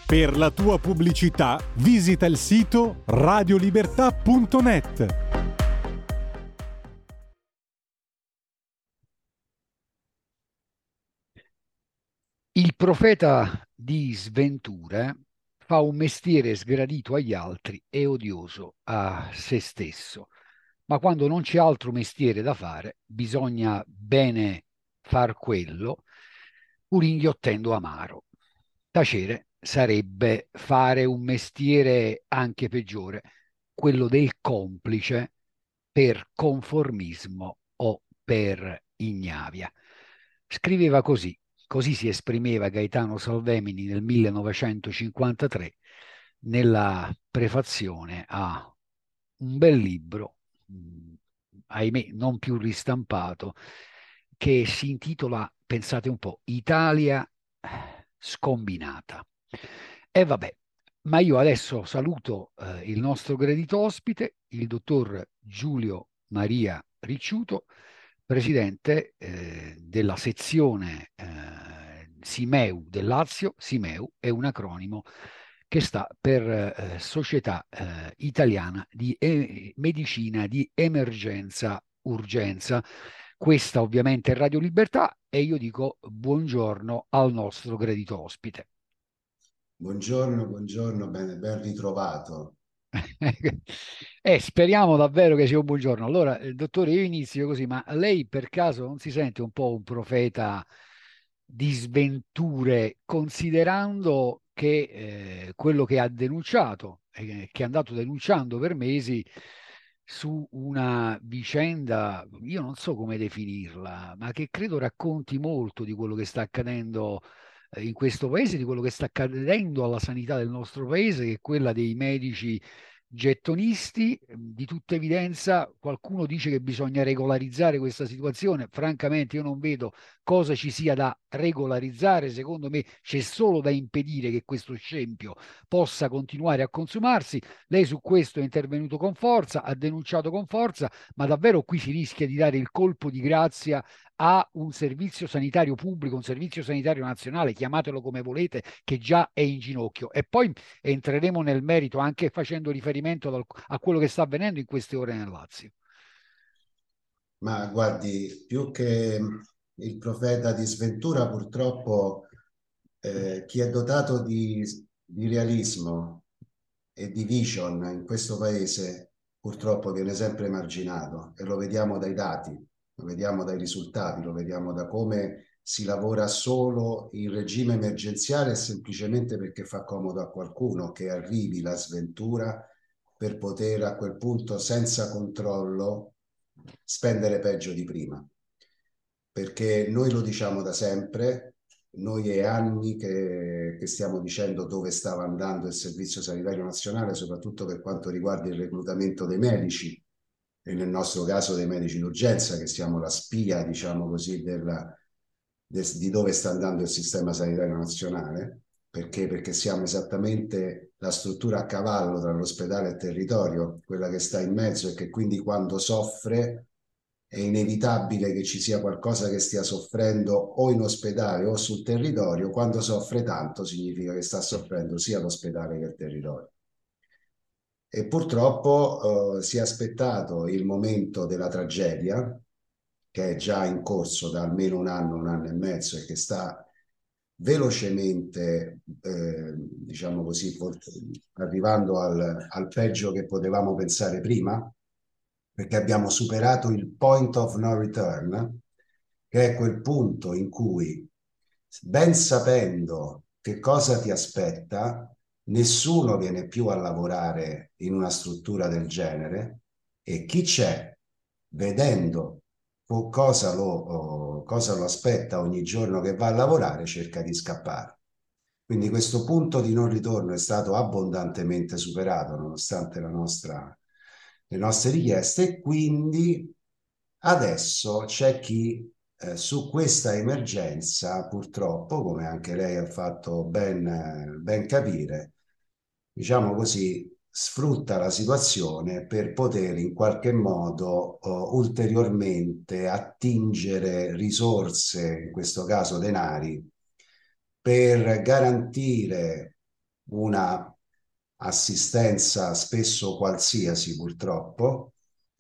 Per la tua pubblicità visita il sito radiolibertà.net. Il profeta di sventure fa un mestiere sgradito agli altri e odioso a se stesso, ma quando non c'è altro mestiere da fare, bisogna bene far quello, pur inghiottendo amaro. Tacere sarebbe fare un mestiere anche peggiore, quello del complice per conformismo o per ignavia. Scriveva così. Così si esprimeva Gaetano Salvemini nel 1953 nella prefazione a un bel libro, ahimè non più ristampato, che si intitola, pensate un po', Italia scombinata. E vabbè, ma io adesso saluto il nostro gradito ospite, il dottor Giulio Maria Ricciuto, presidente della sezione Simeu del Lazio. Simeu è un acronimo che sta per Società Italiana di Medicina di Emergenza Urgenza. Questa ovviamente è Radio Libertà e io dico buongiorno al nostro gradito ospite. Buongiorno, buongiorno, ben ritrovato. Speriamo davvero che sia un buongiorno. Allora, dottore, io inizio così, ma lei per caso non si sente un po' un profeta di sventure, considerando che quello che ha denunciato, che è andato denunciando per mesi su una vicenda, io non so come definirla, ma che credo racconti molto di quello che sta accadendo in questo paese, di quello che sta accadendo alla sanità del nostro paese, che è quella dei medici gettonisti. Di tutta evidenza qualcuno dice che bisogna regolarizzare questa situazione. Francamente io non vedo cosa ci sia da regolarizzare. Secondo me c'è solo da impedire che questo scempio possa continuare a consumarsi. Lei su questo è intervenuto con forza, ha denunciato con forza, ma davvero qui si rischia di dare il colpo di grazia a un servizio sanitario pubblico, un servizio sanitario nazionale, chiamatelo come volete, che già è in ginocchio. E poi entreremo nel merito anche facendo riferimento a quello che sta avvenendo in queste ore nel Lazio. Ma guardi, più che il profeta di sventura, purtroppo chi è dotato di realismo e di vision in questo paese, purtroppo viene sempre emarginato e lo vediamo dai dati, lo vediamo dai risultati, lo vediamo da come si lavora solo in regime emergenziale semplicemente perché fa comodo a qualcuno che arrivi la sventura per poter a quel punto, senza controllo, spendere peggio di prima. Perché noi lo diciamo da sempre, noi è anni che stiamo dicendo dove stava andando il Servizio Sanitario Nazionale, soprattutto per quanto riguarda il reclutamento dei medici, e nel nostro caso dei medici d'urgenza, che siamo la spia, diciamo così, di dove sta andando il Sistema Sanitario Nazionale. Perché? Perché siamo esattamente la struttura a cavallo tra l'ospedale e il territorio, quella che sta in mezzo e che quindi quando soffre è inevitabile che ci sia qualcosa che stia soffrendo o in ospedale o sul territorio. Quando soffre tanto significa che sta soffrendo sia l'ospedale che il territorio. E purtroppo si è aspettato il momento della tragedia, che è già in corso da almeno un anno e mezzo e che sta velocemente, diciamo così, arrivando al peggio che potevamo pensare prima, perché abbiamo superato il point of no return, che è quel punto in cui, ben sapendo che cosa ti aspetta, nessuno viene più a lavorare in una struttura del genere e chi c'è, vedendo cosa lo aspetta ogni giorno che va a lavorare, cerca di scappare. Quindi questo punto di non ritorno è stato abbondantemente superato nonostante le nostre richieste e quindi adesso c'è chi su questa emergenza, purtroppo, come anche lei ha fatto ben capire, diciamo così, sfrutta la situazione per poter in qualche modo ulteriormente attingere risorse, in questo caso denari, per garantire una assistenza spesso qualsiasi, purtroppo,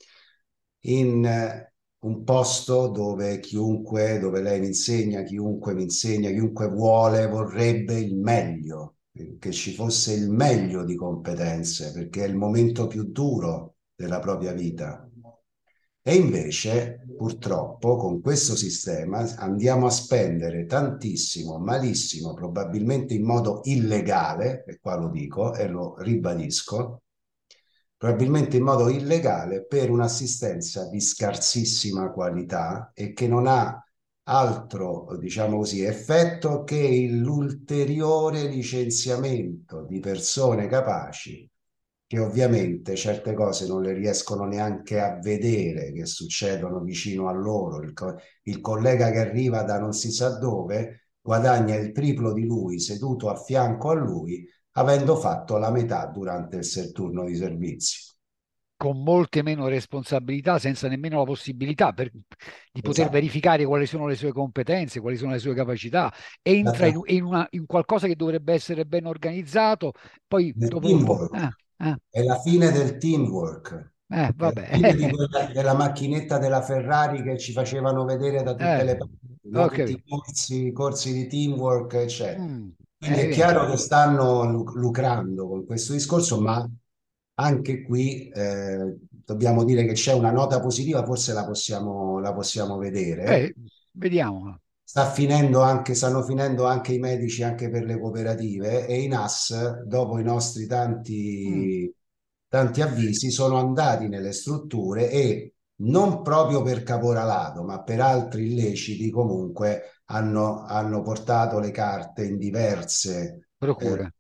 in un posto dove dove lei mi insegna, chiunque vorrebbe il meglio, che ci fosse il meglio di competenze, perché è il momento più duro della propria vita. E invece, purtroppo, con questo sistema andiamo a spendere tantissimo, malissimo, probabilmente in modo illegale, e qua lo dico e lo ribadisco, probabilmente in modo illegale per un'assistenza di scarsissima qualità e che non ha altro, diciamo così, effetto che l'ulteriore licenziamento di persone capaci che ovviamente certe cose non le riescono neanche a vedere che succedono vicino a loro. Il collega che arriva da non si sa dove guadagna il triplo di lui seduto a fianco a lui, avendo fatto la metà durante il turno di servizio. Con molte meno responsabilità, senza nemmeno la possibilità di poter Esatto. verificare quali sono le sue competenze, quali sono le sue capacità. Entra in qualcosa che dovrebbe essere ben organizzato, poi Nel dopo un po'. teamwork. È la fine del teamwork. È la Vabbè. fine della macchinetta della Ferrari che ci facevano vedere da tutte le parti, no? Ho Tutti capito. i corsi di teamwork, eccetera. Mm, Quindi è vedi. chiaro che stanno lucrando con questo discorso, ma anche qui dobbiamo dire che c'è una nota positiva, forse la possiamo vedere. Vediamo. Stanno finendo anche i medici anche per le cooperative e i NAS, dopo i nostri Mm, tanti avvisi, sono andati nelle strutture e non proprio per caporalato, ma per altri illeciti comunque hanno portato le carte in diverse procura.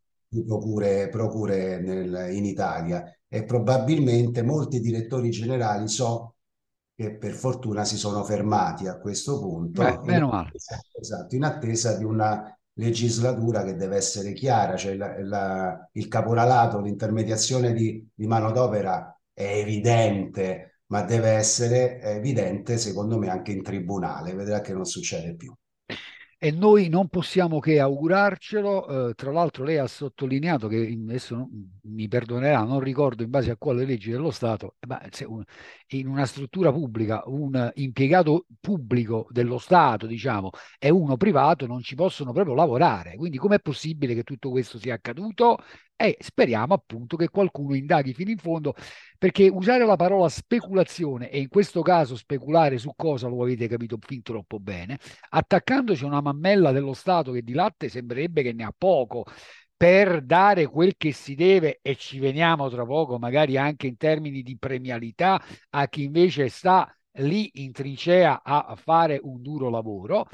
procure in Italia e probabilmente molti direttori generali so che per fortuna si sono fermati a questo punto Meno male. esatto, in attesa di una legislatura che deve essere chiara, cioè il caporalato, l'intermediazione di manodopera è evidente, ma deve essere evidente secondo me anche in tribunale, vedrà che non succede più. E noi non possiamo che augurarcelo. Tra l'altro, lei ha sottolineato che adesso mi perdonerà, non ricordo in base a quale leggi dello Stato, ma se in una struttura pubblica un impiegato pubblico dello Stato, diciamo, e uno privato non ci possono proprio lavorare. Quindi, com'è possibile che tutto questo sia accaduto? E speriamo appunto che qualcuno indaghi fino in fondo, perché usare la parola speculazione, e in questo caso speculare su cosa lo avete capito fin troppo bene, attaccandoci a una mammella dello Stato che di latte sembrerebbe che ne ha poco per dare quel che si deve, e ci veniamo tra poco magari anche in termini di premialità a chi invece sta lì in trincea a fare un duro lavoro.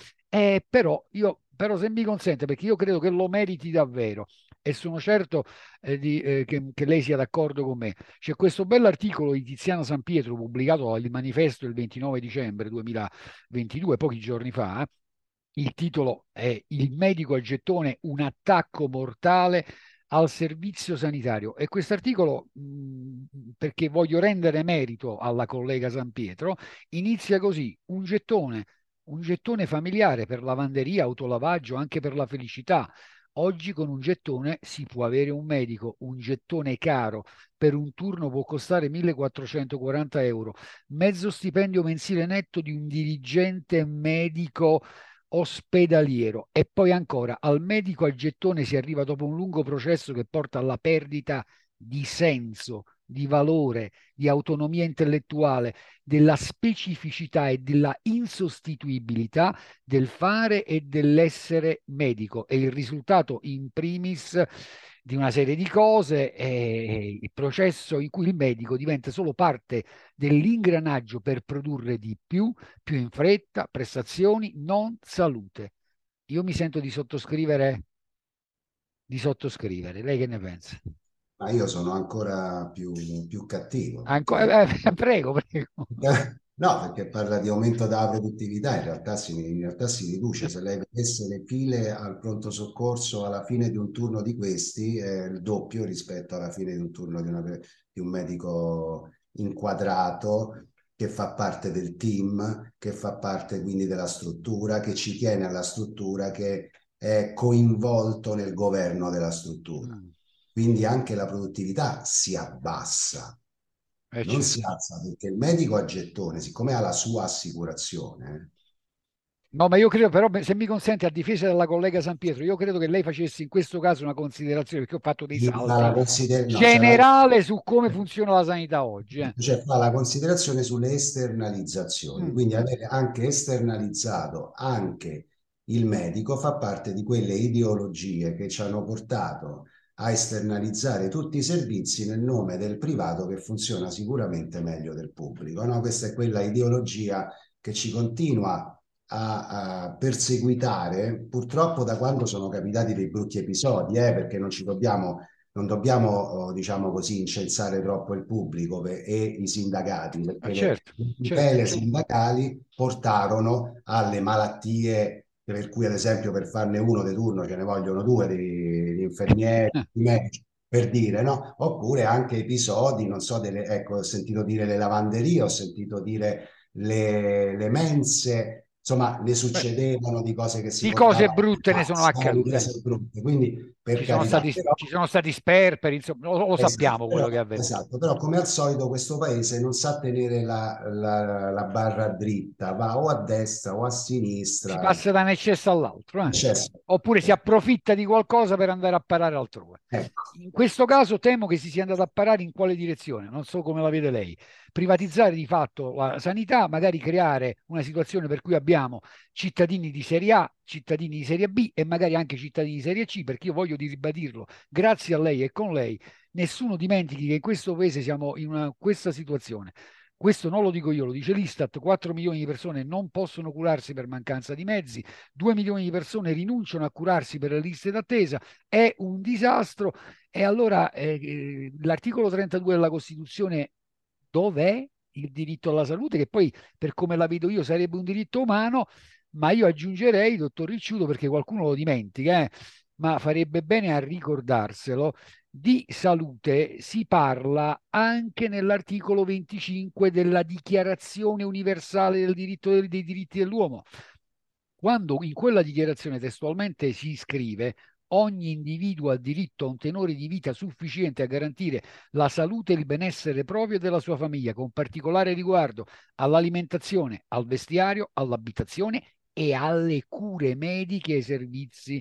Però se mi consente, perché io credo che lo meriti davvero e sono certo che lei sia d'accordo con me. C'è questo bell'articolo di Tiziano San Pietro pubblicato al Manifesto il 29 dicembre 2022, pochi giorni fa. Il titolo è "Il medico a gettone, un attacco mortale al servizio sanitario". E quest'articolo, perché voglio rendere merito alla collega San Pietro, inizia così: un gettone familiare per lavanderia, autolavaggio, anche per la felicità. Oggi con un gettone si può avere un medico, un gettone caro, per un turno può costare 1440 euro, mezzo stipendio mensile netto di un dirigente medico ospedaliero. E poi ancora, al medico a gettone si arriva dopo un lungo processo che porta alla perdita di senso, di valore, di autonomia intellettuale, della specificità e della insostituibilità del fare e dell'essere medico. E il risultato in primis di una serie di cose è il processo in cui il medico diventa solo parte dell'ingranaggio per produrre di più, più in fretta, prestazioni, non salute. Io mi sento di sottoscrivere. Lei che ne pensa? Ma io sono ancora più cattivo perché Ancora, prego, prego. no, perché parla di aumento della produttività, in realtà si riduce. Se lei vedesse le file al pronto soccorso alla fine di un turno di questi, è il doppio rispetto alla fine di un turno di un medico inquadrato che fa parte del team, che fa parte quindi della struttura, che ci tiene alla struttura, che è coinvolto nel governo della struttura. Mm. Quindi anche la produttività si abbassa, non si Certo. alza, perché il medico a gettone, siccome ha la sua assicurazione, No, ma io credo però, se mi consente, a difesa della collega San Pietro, io credo che lei facesse in questo caso una considerazione, perché ho fatto dei salti, no, c'è la, generale su come funziona la sanità oggi. cioè, fa la considerazione sulle esternalizzazioni, Mm. quindi avere anche esternalizzato anche il medico fa parte di quelle ideologie che ci hanno portato a esternalizzare tutti i servizi nel nome del privato che funziona sicuramente meglio del pubblico, no? Questa è quella ideologia che ci continua a perseguitare, purtroppo da quando sono capitati dei brutti episodi, perché non dobbiamo, diciamo così, incensare troppo il pubblico e i sindacati, Ah, perché certo, le certo. tutele sindacali portarono alle malattie, per cui ad esempio per farne uno di turno ce ne vogliono due di infermieri, di medici, per dire, no? Oppure anche episodi, non so, ecco, ho sentito dire le lavanderie, ho sentito dire le mense, insomma, ne Beh, succedevano di cose che si di cose portavano brutte ne sono di accadute. cose brutte, quindi per carità, però Ci sono stati sperperi, insomma, lo esatto, sappiamo quello che è avvenuto. però come al solito questo paese non sa tenere la barra dritta, va o a destra o a Si sinistra. passa da un eccesso all'altro, Eccesso. oppure si approfitta di qualcosa per andare a parare altrove. Ecco. In questo caso temo che si sia andato a parare in quale direzione, non so come la vede lei. Privatizzare di fatto la sanità, magari creare una situazione per cui abbiamo cittadini di serie A, cittadini di serie B e magari anche cittadini di serie C, perché io voglio di ribadirlo, grazie a lei e con lei, nessuno dimentichi che in questo paese siamo in questa situazione. Questo non lo dico io, lo dice l'Istat, 4 milioni di persone non possono curarsi per mancanza di mezzi, 2 milioni di persone rinunciano a curarsi per le liste d'attesa, è un disastro. E allora l'articolo 32 della Costituzione, dov'è il diritto alla salute? Che poi, per come la vedo io, sarebbe un diritto umano, ma io aggiungerei, dottor Ricciuto, perché qualcuno lo dimentica, ma farebbe bene a ricordarselo, di salute si parla anche nell'articolo 25 della Dichiarazione universale dei diritti dell'uomo, quando in quella dichiarazione testualmente si scrive: ogni individuo ha diritto a un tenore di vita sufficiente a garantire la salute e il benessere proprio e della sua famiglia, con particolare riguardo all'alimentazione, al vestiario, all'abitazione e alle cure mediche e ai servizi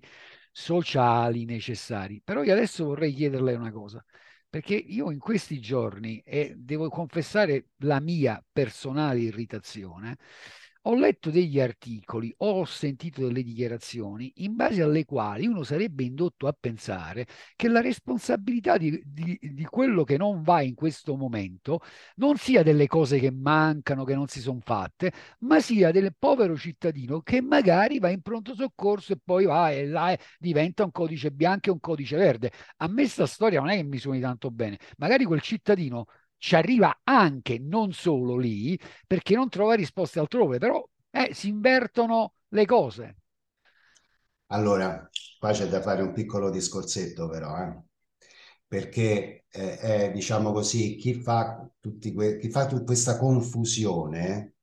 sociali necessari. Però io adesso vorrei chiederle una cosa, perché io in questi giorni, e devo confessare la mia personale irritazione, ho letto degli articoli, ho sentito delle dichiarazioni in base alle quali uno sarebbe indotto a pensare che la responsabilità di quello che non va in questo momento non sia delle cose che mancano, che non si sono fatte, ma sia del povero cittadino che magari va in pronto soccorso e poi va e là diventa un codice bianco e un codice verde. A me sta storia non è che mi suoni tanto bene, magari quel cittadino ci arriva anche, non solo lì, perché non trova risposte altrove, però si invertono le cose. Allora, qua c'è da fare un piccolo discorsetto però, perché diciamo così, chi fa tutta questa confusione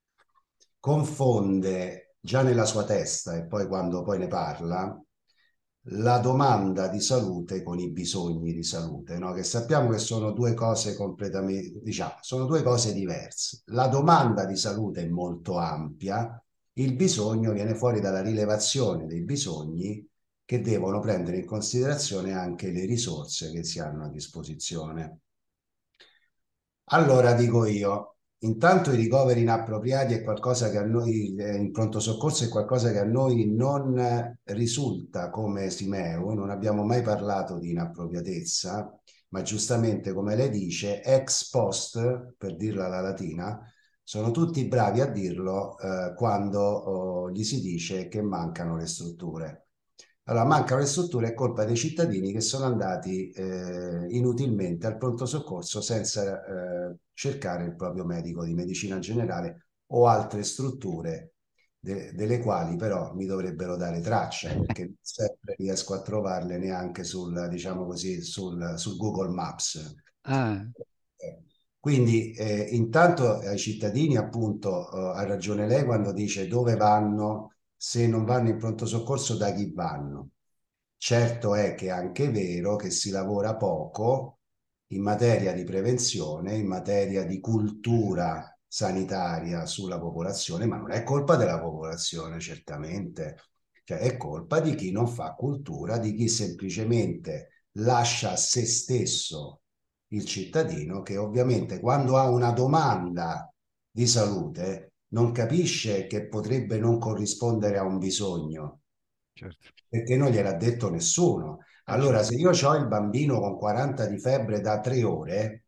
confonde già nella sua testa e poi quando poi ne parla la domanda di salute con i bisogni di salute, no? Che sappiamo che sono due cose completamente, diciamo, sono due cose diverse. La domanda di salute è molto ampia, il bisogno viene fuori dalla rilevazione dei bisogni che devono prendere in considerazione anche le risorse che si hanno a disposizione. Allora dico io, intanto i ricoveri inappropriati è qualcosa che a noi, in pronto soccorso è qualcosa che a noi non risulta come Simeo, non abbiamo mai parlato di inappropriatezza, ma giustamente come lei dice, ex post, per dirla alla latina, sono tutti bravi a dirlo quando gli si dice che mancano le strutture. Allora, mancano le strutture, è colpa dei cittadini che sono andati inutilmente al pronto soccorso senza cercare il proprio medico di medicina generale o altre strutture delle quali però mi dovrebbero dare traccia perché non sempre riesco a trovarle neanche diciamo così, sul Google Maps. Ah, Quindi intanto ai cittadini appunto ha ragione lei quando dice dove vanno se non vanno in pronto soccorso da chi vanno. Certo è che è anche vero che si lavora poco in materia di prevenzione, in materia di cultura sanitaria sulla popolazione, ma non è colpa della popolazione, certamente. Cioè, è colpa di chi non fa cultura, di chi semplicemente lascia a se stesso il cittadino, che ovviamente quando ha una domanda di salute non capisce che potrebbe non corrispondere a un bisogno, Certo. perché non gliel'ha detto nessuno. Allora, Certo. se io ho il bambino con 40 di febbre da 3 ore,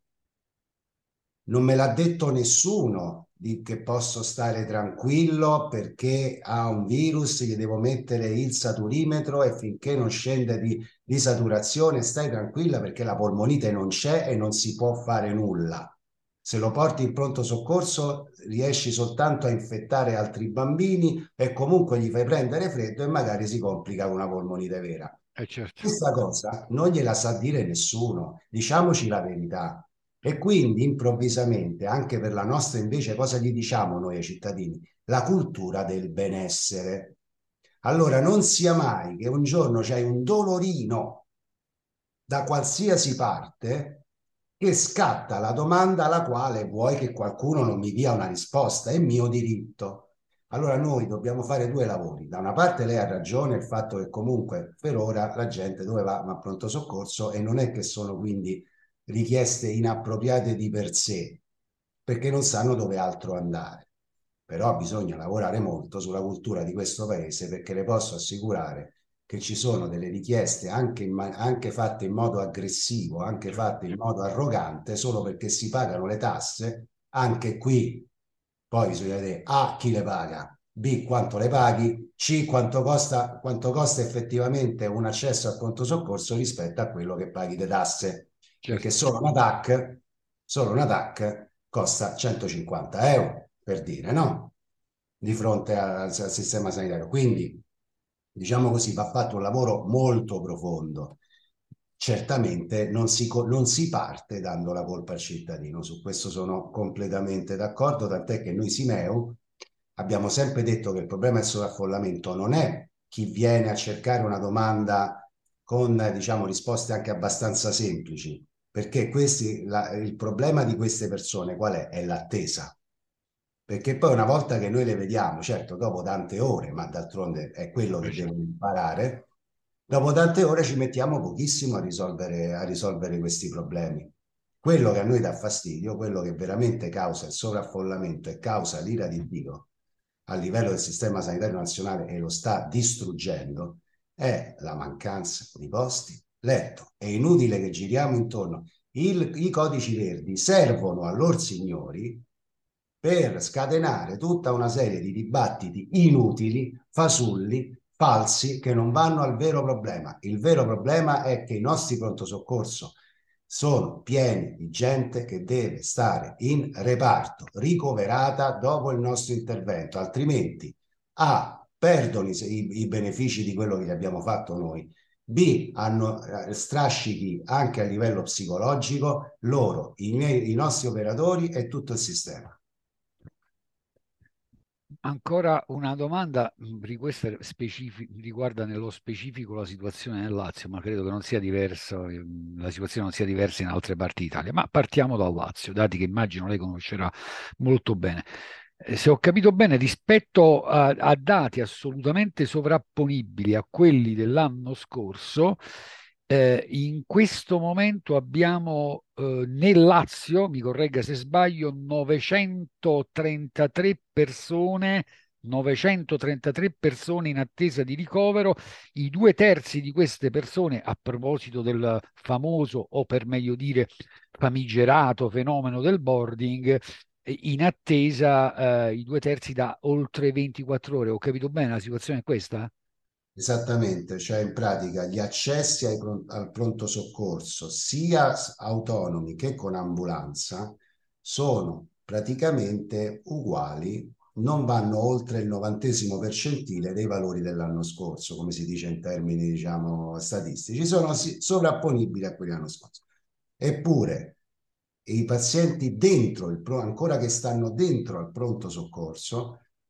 non me l'ha detto nessuno di che posso stare tranquillo perché ha un virus, gli devo mettere il saturimetro e finché non scende di saturazione stai tranquilla perché la polmonite non c'è e non si può fare nulla. Se lo porti in pronto soccorso riesci soltanto a infettare altri bambini e comunque gli fai prendere freddo e magari si complica con una polmonite vera. Certo. Questa cosa non gliela sa dire nessuno, diciamoci la verità. E quindi improvvisamente, anche per la nostra invece, cosa gli diciamo noi ai cittadini? La cultura del benessere. Allora non sia mai che un giorno c'hai un dolorino da qualsiasi parte che scatta la domanda alla quale vuoi che qualcuno non mi dia una risposta, è mio diritto. Allora noi dobbiamo fare due lavori. Da una parte lei ha ragione, il fatto che comunque per ora la gente dove va? Ma a pronto soccorso e non è che sono quindi richieste inappropriate di per sé, perché non sanno dove altro andare. Però bisogna lavorare molto sulla cultura di questo paese perché le posso assicurare che ci sono delle richieste anche fatte in modo aggressivo, anche Certo. fatte in modo arrogante, solo perché si pagano le tasse. Anche qui poi bisogna vedere A chi le paga, B quanto le paghi, C quanto costa effettivamente un accesso al pronto soccorso rispetto a quello che paghi le tasse. Perché Certo. solo una TAC costa 150 euro, per dire, no? Di fronte al sistema sanitario. Quindi, diciamo così, va fatto un lavoro molto profondo. Certamente non si parte dando la colpa al cittadino, su questo sono completamente d'accordo, tant'è che noi Simeu abbiamo sempre detto che il problema del sovraffollamento non è chi viene a cercare una domanda con, diciamo, risposte anche abbastanza semplici, perché il problema di queste persone qual è? È l'attesa. Perché poi una volta che noi le vediamo, certo, dopo tante ore, ma d'altronde è quello che Certo. devono imparare, dopo tante ore ci mettiamo pochissimo a risolvere questi problemi. Quello che a noi dà fastidio, quello che veramente causa il sovraffollamento e causa l'ira di Dio a livello del sistema sanitario nazionale e lo sta distruggendo, è la mancanza di posti letto. È inutile che giriamo intorno. I codici verdi servono a loro signori per scatenare tutta una serie di dibattiti inutili, fasulli, falsi, che non vanno al vero problema. Il vero problema è che i nostri pronto soccorso sono pieni di gente che deve stare in reparto, ricoverata dopo il nostro intervento, altrimenti A, perdono i benefici di quello che gli abbiamo fatto noi, B, hanno strascichi anche a livello psicologico, loro, i nostri operatori e tutto il sistema. Ancora una domanda, questa riguarda nello specifico la situazione nel Lazio, ma credo che non sia diversa, la situazione non sia diversa in altre parti d'Italia. Ma partiamo dal Lazio, dati che immagino lei conoscerà molto bene. Se ho capito bene, rispetto a dati assolutamente sovrapponibili a quelli dell'anno scorso, in questo momento abbiamo nel Lazio, mi corregga se sbaglio, 933 persone in attesa di ricovero. I due terzi di queste persone, a proposito del famoso, o per meglio dire famigerato fenomeno del boarding, in attesa, i due terzi da oltre 24 ore. Ho capito bene, la situazione è questa? Esattamente, cioè in pratica gli accessi al pronto soccorso, sia autonomi che con ambulanza, sono praticamente uguali, non vanno oltre il 90° percentile dei valori dell'anno scorso, come si dice in termini, diciamo, statistici, sono sovrapponibili a quelli dell'anno scorso. Eppure i pazienti ancora che stanno dentro al pronto soccorso,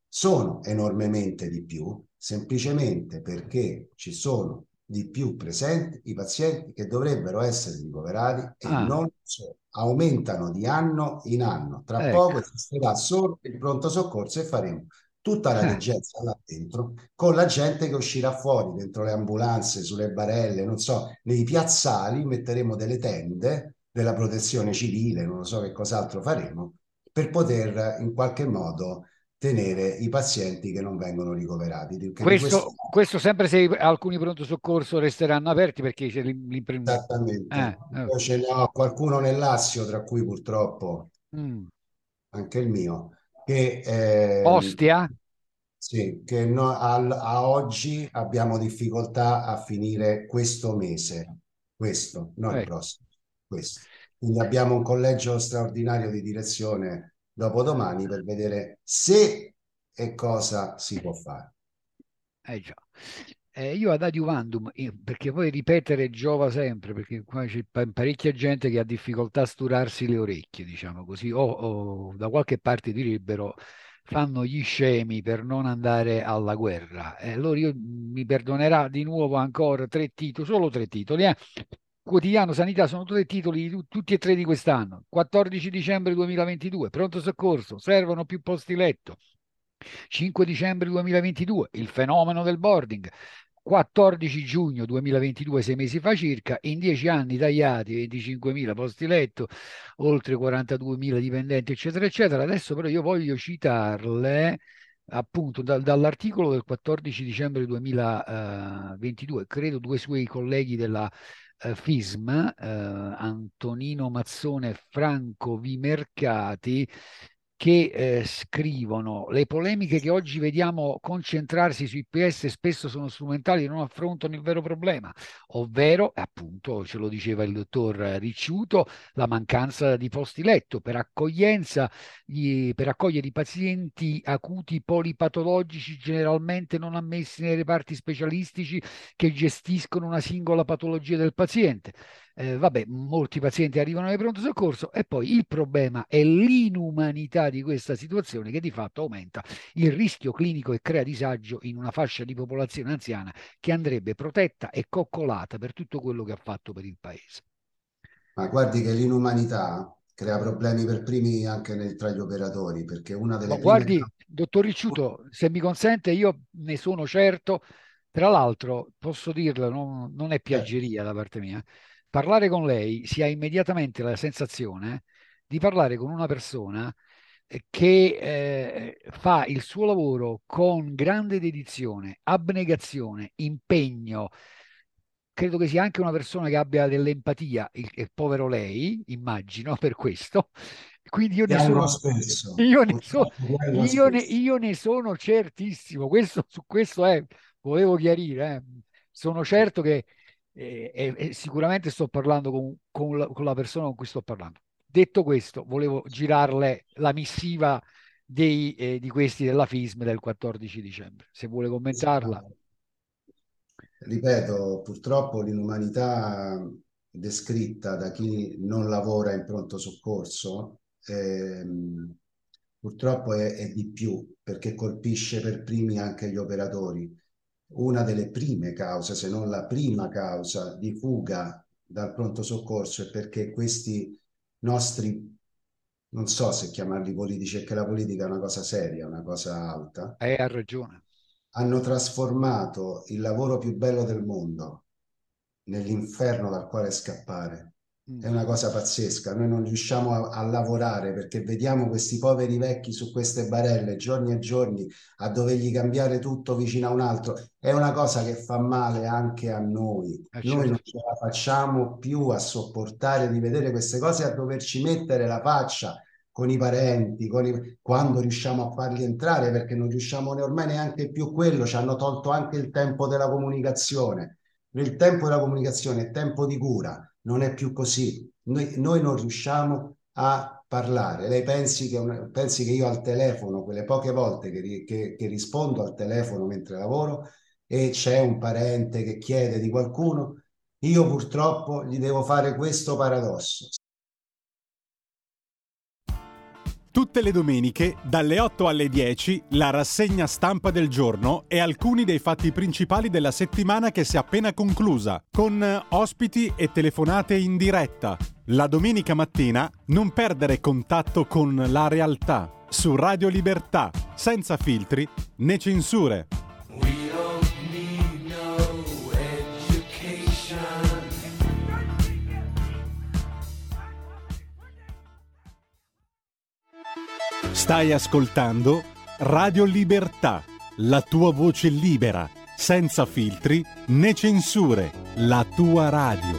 sono enormemente di più, semplicemente perché ci sono di più presenti i pazienti che dovrebbero essere ricoverati e Ah, non sono. Aumentano di anno in anno. Tra ecco. poco esisterà solo il pronto soccorso e faremo tutta la Eh, degenza là dentro, con la gente che uscirà fuori, dentro le ambulanze, sulle barelle, non so, nei piazzali metteremo delle tende della protezione civile, non lo so che cos'altro faremo, per poter in qualche modo tenere i pazienti che non vengono ricoverati, che di questo questo sempre se alcuni pronto soccorso resteranno aperti perché c'è esattamente. eh. Io ce ne ho qualcuno nel Lazio, tra cui purtroppo Mm. anche il mio, che Ostia? sì, che a oggi abbiamo difficoltà a finire questo mese, questo, non il Ecco. prossimo, questo. Quindi abbiamo un collegio straordinario di direzione dopodomani per vedere se e cosa si può fare. Già. Io ad adiuvandum, perché poi ripetere giova sempre, perché qua c'è parecchia gente che ha difficoltà a sturarsi le orecchie, diciamo così, o da qualche parte direbbero fanno gli scemi per non andare alla guerra. Allora io mi perdonerà di nuovo ancora tre titoli, solo tre titoli, Quotidiano Sanità sono tre titoli, tutti e tre di quest'anno. 14 dicembre 2022, pronto soccorso, servono più posti letto. 5 dicembre 2022, il fenomeno del boarding. 14 giugno 2022, 6 mesi fa circa, in 10 anni tagliati 25.000 posti letto, oltre 42.000 dipendenti, eccetera, eccetera. Adesso però io voglio citarle appunto dall'articolo del 14 dicembre 2022, credo due suoi colleghi della FISM, Antonino Mazzone e Franco Vimercati, che scrivono: le polemiche che oggi vediamo concentrarsi sui PS spesso sono strumentali e non affrontano il vero problema, ovvero, appunto, ce lo diceva il dottor Ricciuto, la mancanza di posti letto per accogliere i pazienti acuti polipatologici generalmente non ammessi nei reparti specialistici che gestiscono una singola patologia del paziente. Vabbè, molti pazienti arrivano ai pronto soccorso e poi il problema è l'inumanità di questa situazione che di fatto aumenta il rischio clinico e crea disagio in una fascia di popolazione anziana che andrebbe protetta e coccolata per tutto quello che ha fatto per il paese. Ma guardi che l'inumanità crea problemi per primi anche tra gli operatori, perché una delle prime Guardi, dottor Ricciuto, se mi consente, io ne sono certo. Tra l'altro, posso dirlo, non è cause. piaggeria da parte mia, parlare con lei si ha immediatamente la sensazione di parlare con una persona che fa il suo lavoro con grande dedizione, abnegazione, impegno. Credo che sia anche una persona che abbia dell'empatia, il povero lei, immagino, per questo. Quindi Piango spesso, io ne so- purtroppo piango spesso. io ne sono certissimo. Su questo volevo chiarire. Sono certo che sicuramente sto parlando con la persona con cui sto parlando. Detto questo, volevo girarle la missiva di questi della FISM del 14 dicembre. Se vuole commentarla. Ripeto, purtroppo l'inumanità descritta da chi non lavora in pronto soccorso, purtroppo è di più perché colpisce per primi anche gli operatori. Una delle prime cause, se non la prima causa di fuga dal pronto soccorso è perché questi nostri, non so se chiamarli politici, perché la politica è una cosa seria, una cosa alta, Ha ragione. hanno trasformato il lavoro più bello del mondo nell'inferno dal quale scappare. È Mm. una cosa pazzesca. Noi non riusciamo a lavorare perché vediamo questi poveri vecchi su queste barelle giorni e giorni a dovergli cambiare tutto vicino a un altro. È una cosa che fa male anche a noi. Noi non Certo. ce la facciamo più a sopportare di vedere queste cose, a doverci mettere la faccia con i parenti, quando riusciamo a farli entrare, perché non riusciamo ormai neanche più quello, ci hanno tolto anche il tempo della comunicazione. Il tempo della comunicazione è tempo di cura, non è più così. Noi non riusciamo a parlare. Lei pensi che io al telefono, quelle poche volte che rispondo al telefono mentre lavoro e c'è un parente che chiede di qualcuno, io purtroppo gli devo fare questo paradosso. Tutte le domeniche, dalle 8 alle 10, la rassegna stampa del giorno e alcuni dei fatti principali della settimana che si è appena conclusa, con ospiti e telefonate in diretta. La domenica mattina non perdere contatto con la realtà, su Radio Libertà, senza filtri né censure. Stai ascoltando Radio Libertà, la tua voce libera, senza filtri né censure, la tua radio.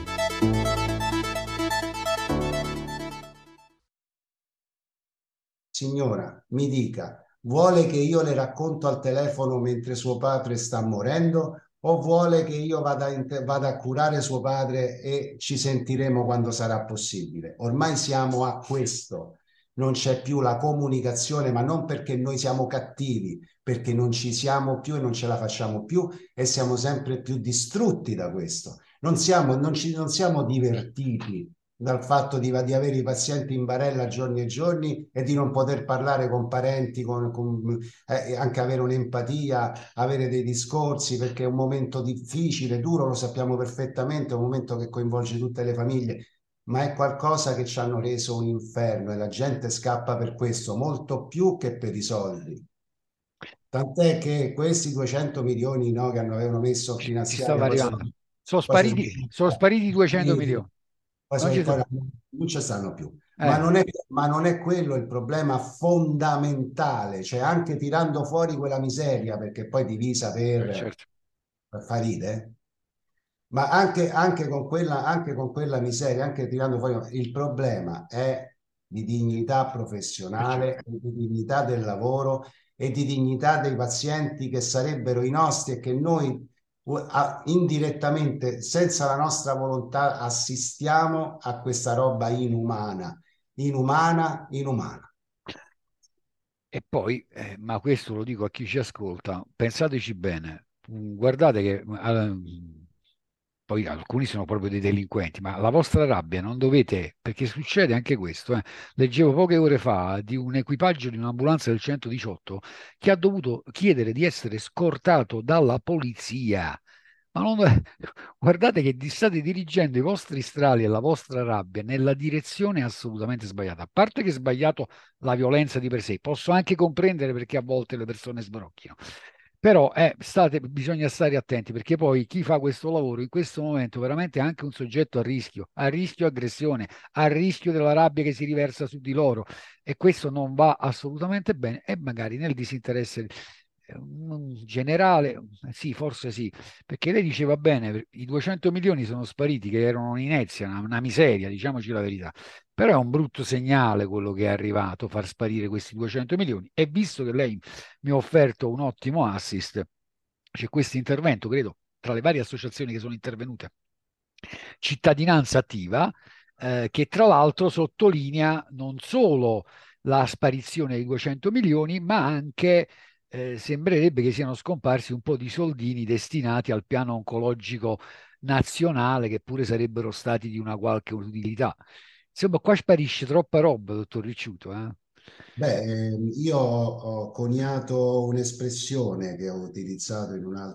Signora, mi dica, vuole che io le racconto al telefono mentre suo padre sta morendo o vuole che io vada a curare suo padre e ci sentiremo quando sarà possibile? Ormai siamo a questo. Non c'è più la comunicazione, ma non perché noi siamo cattivi, perché non ci siamo più e non ce la facciamo più e siamo sempre più distrutti da questo. Non siamo divertiti dal fatto di avere i pazienti in barella giorni e giorni e di non poter parlare con parenti, anche avere un'empatia, avere dei discorsi, perché è un momento difficile, duro, lo sappiamo perfettamente, è un momento che coinvolge tutte le famiglie, ma è qualcosa che ci hanno reso un inferno e la gente scappa per questo, molto più che per i soldi. Tant'è che questi 200 milioni, no, che avevano messo Ci finanziari, stava arrivando. Sono poi sono spariti 200 spariti, milioni. Non ci sono. non ci stanno più. Eh, Ma non è quello il problema fondamentale, cioè anche tirando fuori quella miseria, perché poi divisa certo. per far ridere, ma anche con quella miseria, anche tirando fuori, il problema è di dignità Certo. professionale, di dignità del lavoro e di dignità dei pazienti che sarebbero i nostri e che noi indirettamente, senza la nostra volontà, assistiamo a questa roba inumana, inumana, inumana. E poi, ma questo lo dico a chi ci ascolta, pensateci bene, guardate che poi alcuni sono proprio dei delinquenti, ma la vostra rabbia non dovete, perché succede anche questo. Leggevo poche ore fa di un equipaggio di un'ambulanza del 118 che ha dovuto chiedere di essere scortato dalla polizia. Ma non, guardate che state dirigendo i vostri strali e la vostra rabbia nella direzione assolutamente sbagliata. A parte che è sbagliato la violenza di per sé, posso anche comprendere perché a volte le persone sbrocchiano. Però bisogna stare attenti perché poi chi fa questo lavoro in questo momento veramente è anche un soggetto a rischio aggressione, a rischio della rabbia che si riversa su di loro e questo non va assolutamente bene e magari nel disinteresse generale, sì, forse sì, perché lei diceva bene, i 200 milioni sono spariti che erano un'inezia, una miseria, diciamoci la verità. Però è un brutto segnale quello che è arrivato, far sparire questi 200 milioni. E visto che lei mi ha offerto un ottimo assist, c'è questo intervento, credo, tra le varie associazioni che sono intervenute, Cittadinanza Attiva, che tra l'altro sottolinea non solo la sparizione dei 200 milioni, ma anche sembrerebbe che siano scomparsi un po' di soldini destinati al piano oncologico nazionale, che pure sarebbero stati di una qualche utilità. Insomma, qua sparisce troppa roba, dottor Ricciuto. Beh, io ho coniato un'espressione che ho utilizzato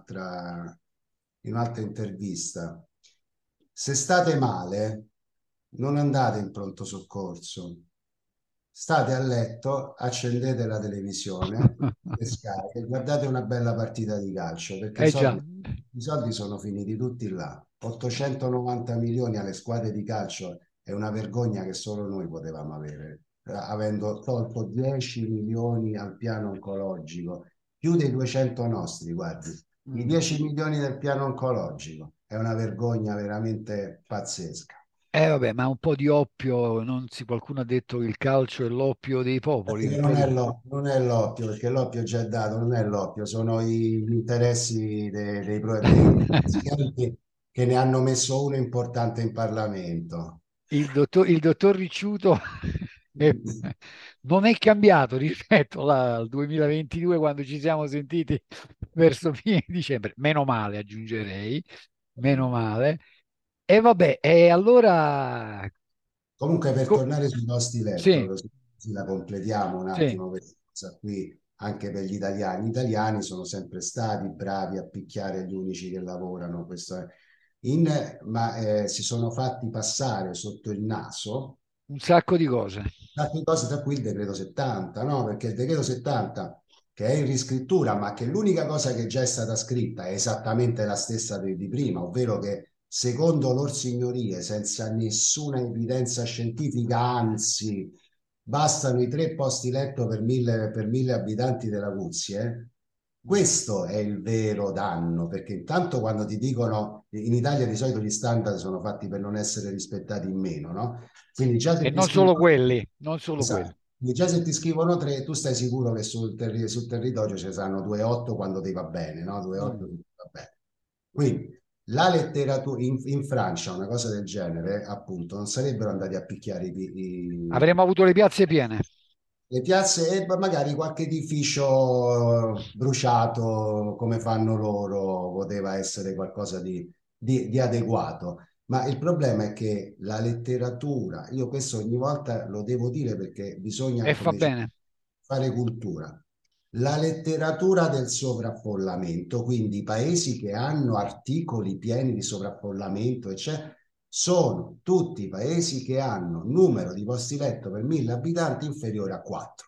in un'altra intervista. Se state male, non andate in pronto soccorso. State a letto, accendete la televisione, e Sky, e guardate una bella partita di calcio, perché Già, i soldi sono finiti tutti là. 890 milioni alle squadre di calcio è una vergogna che solo noi potevamo avere, avendo tolto 10 milioni al piano oncologico, più dei 200 nostri, guardi. I 10 milioni del piano oncologico è una vergogna veramente pazzesca. vabbè, ma un po' di oppio, qualcuno ha detto che il calcio è l'oppio dei popoli, un po' di... Non è l'oppio, perché l'oppio già è dato, non è l'oppio, sono gli interessi dei presidenti che ne hanno messo uno importante in Parlamento. Il dottor Ricciuto eh, non è cambiato rispetto al 2022 quando ci siamo sentiti verso fine dicembre, meno male aggiungerei, meno male. E vabbè, e allora Comunque, per co- tornare sui posti letto, sì, così così la completiamo un Sì. attimo questa cosa qui, anche per gli italiani. Gli italiani sono sempre stati bravi a picchiare gli unici che lavorano, questo è. Ma si sono fatti passare sotto il naso Un sacco di cose. tante cose, tra cui il decreto 70, no? Perché il decreto 70, che è in riscrittura, ma che l'unica cosa che già è stata scritta è esattamente la stessa di prima, ovvero che secondo lor signorie, senza nessuna evidenza scientifica, anzi, bastano i 3 posti letto per mille abitanti della Cuzie. Questo è il vero danno, perché intanto quando ti dicono in Italia di solito gli standard sono fatti per non essere rispettati in meno, no? Quindi già E se ti non solo scrivono, quelli, non solo quelli. esatto. Quindi già se ti scrivono 3, tu stai sicuro che sul territorio ce ne saranno 2,8 quando ti va bene, no? 2,8 Mm. ti va bene. Quindi la letteratura in Francia, una cosa del genere, appunto, non sarebbero andati a picchiare Avremmo avuto le piazze piene. le piazze e magari qualche edificio bruciato come fanno loro poteva essere qualcosa di adeguato. Ma il problema è che la letteratura, io questo ogni volta lo devo dire perché E bisogna, fa come dicevo, bene. fare cultura. La letteratura del sovraffollamento, quindi i paesi che hanno articoli pieni di sovraffollamento, eccetera, sono tutti paesi che hanno numero di posti letto per 1.000 abitanti inferiore a 4.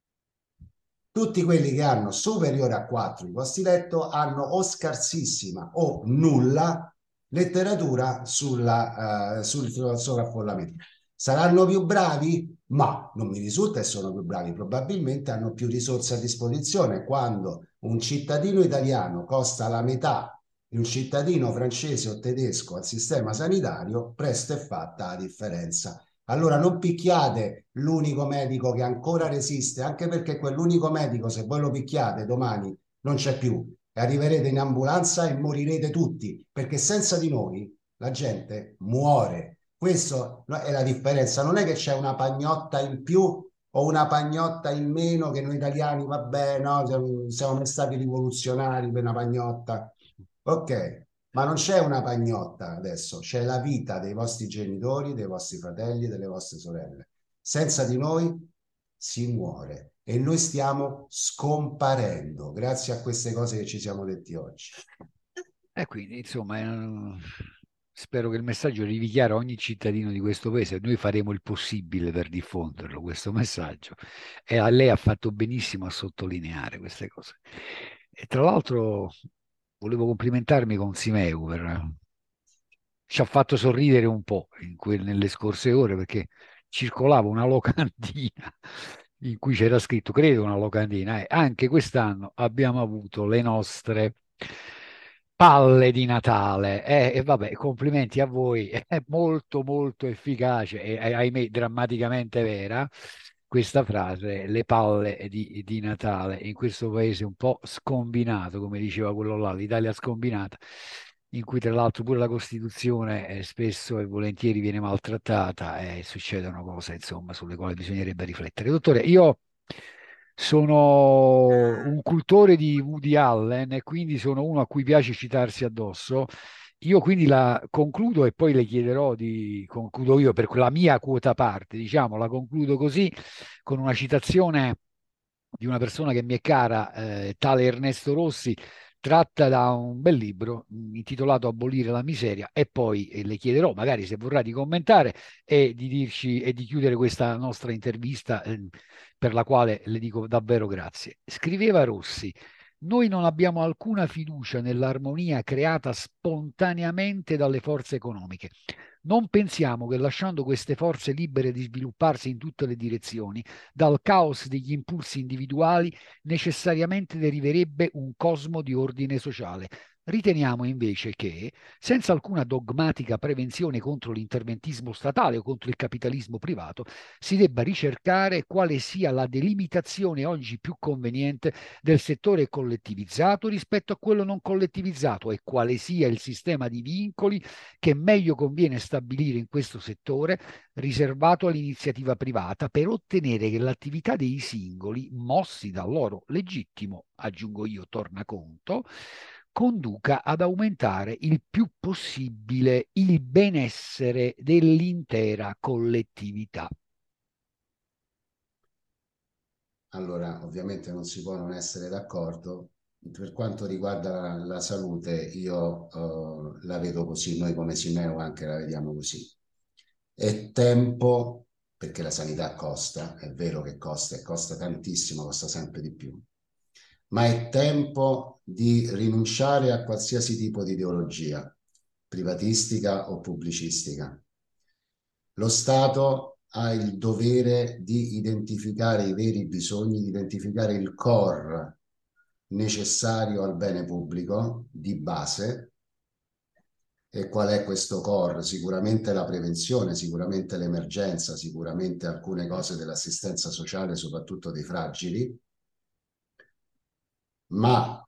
Tutti quelli che hanno superiore a 4 di posti letto hanno o scarsissima o nulla letteratura sul sovraffollamento. Saranno più bravi? Ma non mi risulta che sono più bravi, probabilmente hanno più risorse a disposizione. Quando un cittadino italiano costa la metà di un cittadino francese o tedesco al sistema sanitario, presto è fatta la differenza. Allora non picchiate l'unico medico che ancora resiste, anche perché quell'unico medico, se voi lo picchiate domani, non c'è più e arriverete in ambulanza e morirete tutti, perché senza di noi la gente muore. Questa è la differenza. Non è che c'è una pagnotta in più o una pagnotta in meno che noi italiani, vabbè, no, siamo mai stati rivoluzionari per una pagnotta. Ok, ma non c'è una pagnotta adesso, c'è la vita dei vostri genitori, dei vostri fratelli, delle vostre sorelle. Senza di noi si muore e noi stiamo scomparendo grazie a queste cose che ci siamo detti oggi. E quindi, insomma, spero che il messaggio arrivi chiaro a ogni cittadino di questo paese. Noi faremo il possibile per diffonderlo, questo messaggio. E a lei ha fatto benissimo a sottolineare queste cose. E tra l'altro, volevo complimentarmi con Simeu ci ha fatto sorridere un po' nelle scorse ore perché circolava una locandina in cui c'era scritto, credo una locandina, anche quest'anno abbiamo avuto le nostre palle di Natale. E vabbè, complimenti a voi, è molto molto efficace e ahimè drammaticamente vera questa frase, le palle di Natale in questo paese un po' scombinato, come diceva quello là, l'Italia scombinata, in cui tra l'altro pure la Costituzione spesso e volentieri viene maltrattata e succedono cose, insomma, sulle quali bisognerebbe riflettere. Dottore, io sono un cultore di Woody Allen e quindi sono uno a cui piace citarsi addosso. Io quindi la concludo e poi le chiederò concludo io per la mia quota parte, diciamo, la concludo così con una citazione di una persona che mi è cara, tale Ernesto Rossi, tratta da un bel libro intitolato Abolire la miseria e poi le chiederò, magari se vorrà, di commentare e di dirci e di chiudere questa nostra intervista, per la quale le dico davvero grazie. Scriveva Rossi. Noi non abbiamo alcuna fiducia nell'armonia creata spontaneamente dalle forze economiche. Non pensiamo che lasciando queste forze libere di svilupparsi in tutte le direzioni, dal caos degli impulsi individuali necessariamente deriverebbe un cosmo di ordine sociale. Riteniamo invece che, senza alcuna dogmatica prevenzione contro l'interventismo statale o contro il capitalismo privato, si debba ricercare quale sia la delimitazione oggi più conveniente del settore collettivizzato rispetto a quello non collettivizzato e quale sia il sistema di vincoli che meglio conviene stabilire in questo settore riservato all'iniziativa privata per ottenere che l'attività dei singoli, mossi dal loro legittimo, aggiungo io, tornaconto, conduca ad aumentare il più possibile il benessere dell'intera collettività. allora ovviamente non si può non essere d'accordo. Per quanto riguarda la salute, io la vedo così, noi come Simeo anche la vediamo così. È tempo, perché la sanità costa, è vero che costa, e costa tantissimo, costa sempre di più, ma è tempo di rinunciare a qualsiasi tipo di ideologia, privatistica o pubblicistica. Lo Stato ha il dovere di identificare i veri bisogni, di identificare il core necessario al bene pubblico di base. E qual è questo core? Sicuramente la prevenzione, sicuramente l'emergenza, sicuramente alcune cose dell'assistenza sociale, soprattutto dei fragili, ma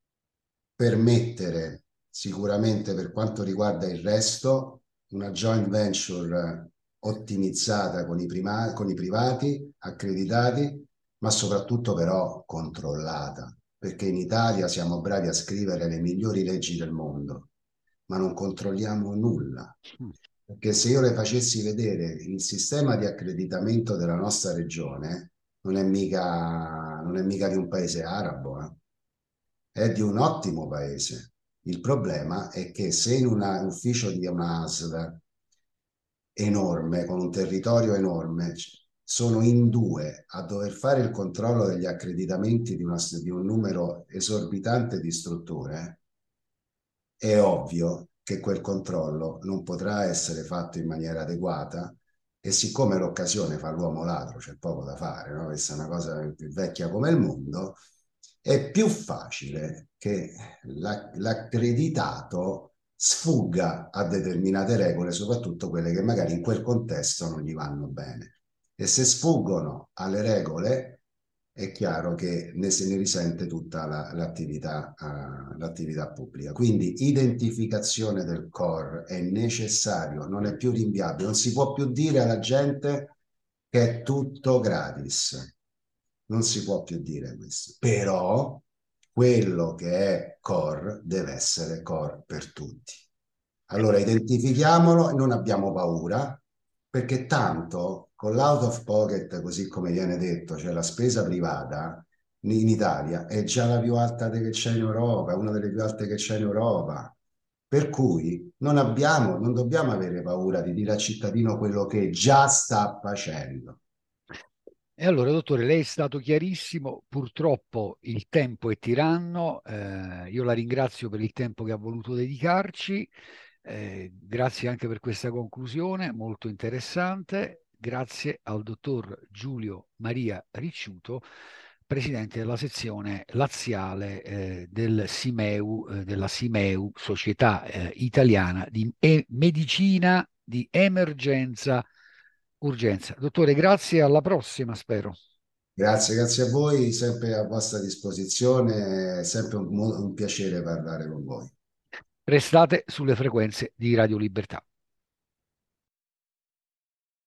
permettere sicuramente per quanto riguarda il resto una joint venture ottimizzata con i privati, accreditati, ma soprattutto però controllata, perché in Italia siamo bravi a scrivere le migliori leggi del mondo, ma non controlliamo nulla. Perché se io le facessi vedere il sistema di accreditamento della nostra regione, non è mica di un paese arabo, è di un ottimo paese. Il problema è che se in un ufficio di una ASL enorme, con un territorio enorme, sono in due a dover fare il controllo degli accreditamenti di un numero esorbitante di strutture, è ovvio che quel controllo non potrà essere fatto in maniera adeguata e siccome l'occasione fa l'uomo ladro, c'è poco da fare, no? Questa è una cosa più vecchia come il mondo, è più facile che l'accreditato sfugga a determinate regole, soprattutto quelle che magari in quel contesto non gli vanno bene. E se sfuggono alle regole, è chiaro che se ne risente tutta l'attività pubblica. Quindi identificazione del core è necessario, non è più rinviabile, non si può più dire alla gente che è tutto gratis. Non si può più dire questo. Però quello che è core deve essere core per tutti. Allora identifichiamolo e non abbiamo paura, perché tanto con l'out of pocket, così come viene detto, cioè la spesa privata in Italia è già la più alta che c'è in Europa, una delle più alte che c'è in Europa. Per cui non dobbiamo avere paura di dire al cittadino quello che già sta facendo. E allora, dottore, lei è stato chiarissimo, purtroppo il tempo è tiranno, io la ringrazio per il tempo che ha voluto dedicarci, grazie anche per questa conclusione molto interessante, grazie al dottor Giulio Maria Ricciuto, presidente della sezione laziale del SIMEU, della SIMEU, Società Italiana di Medicina di Emergenza Urgenza. Dottore, grazie, alla prossima, spero. Grazie a voi, sempre a vostra disposizione, è sempre un piacere parlare con voi. Restate sulle frequenze di Radio Libertà.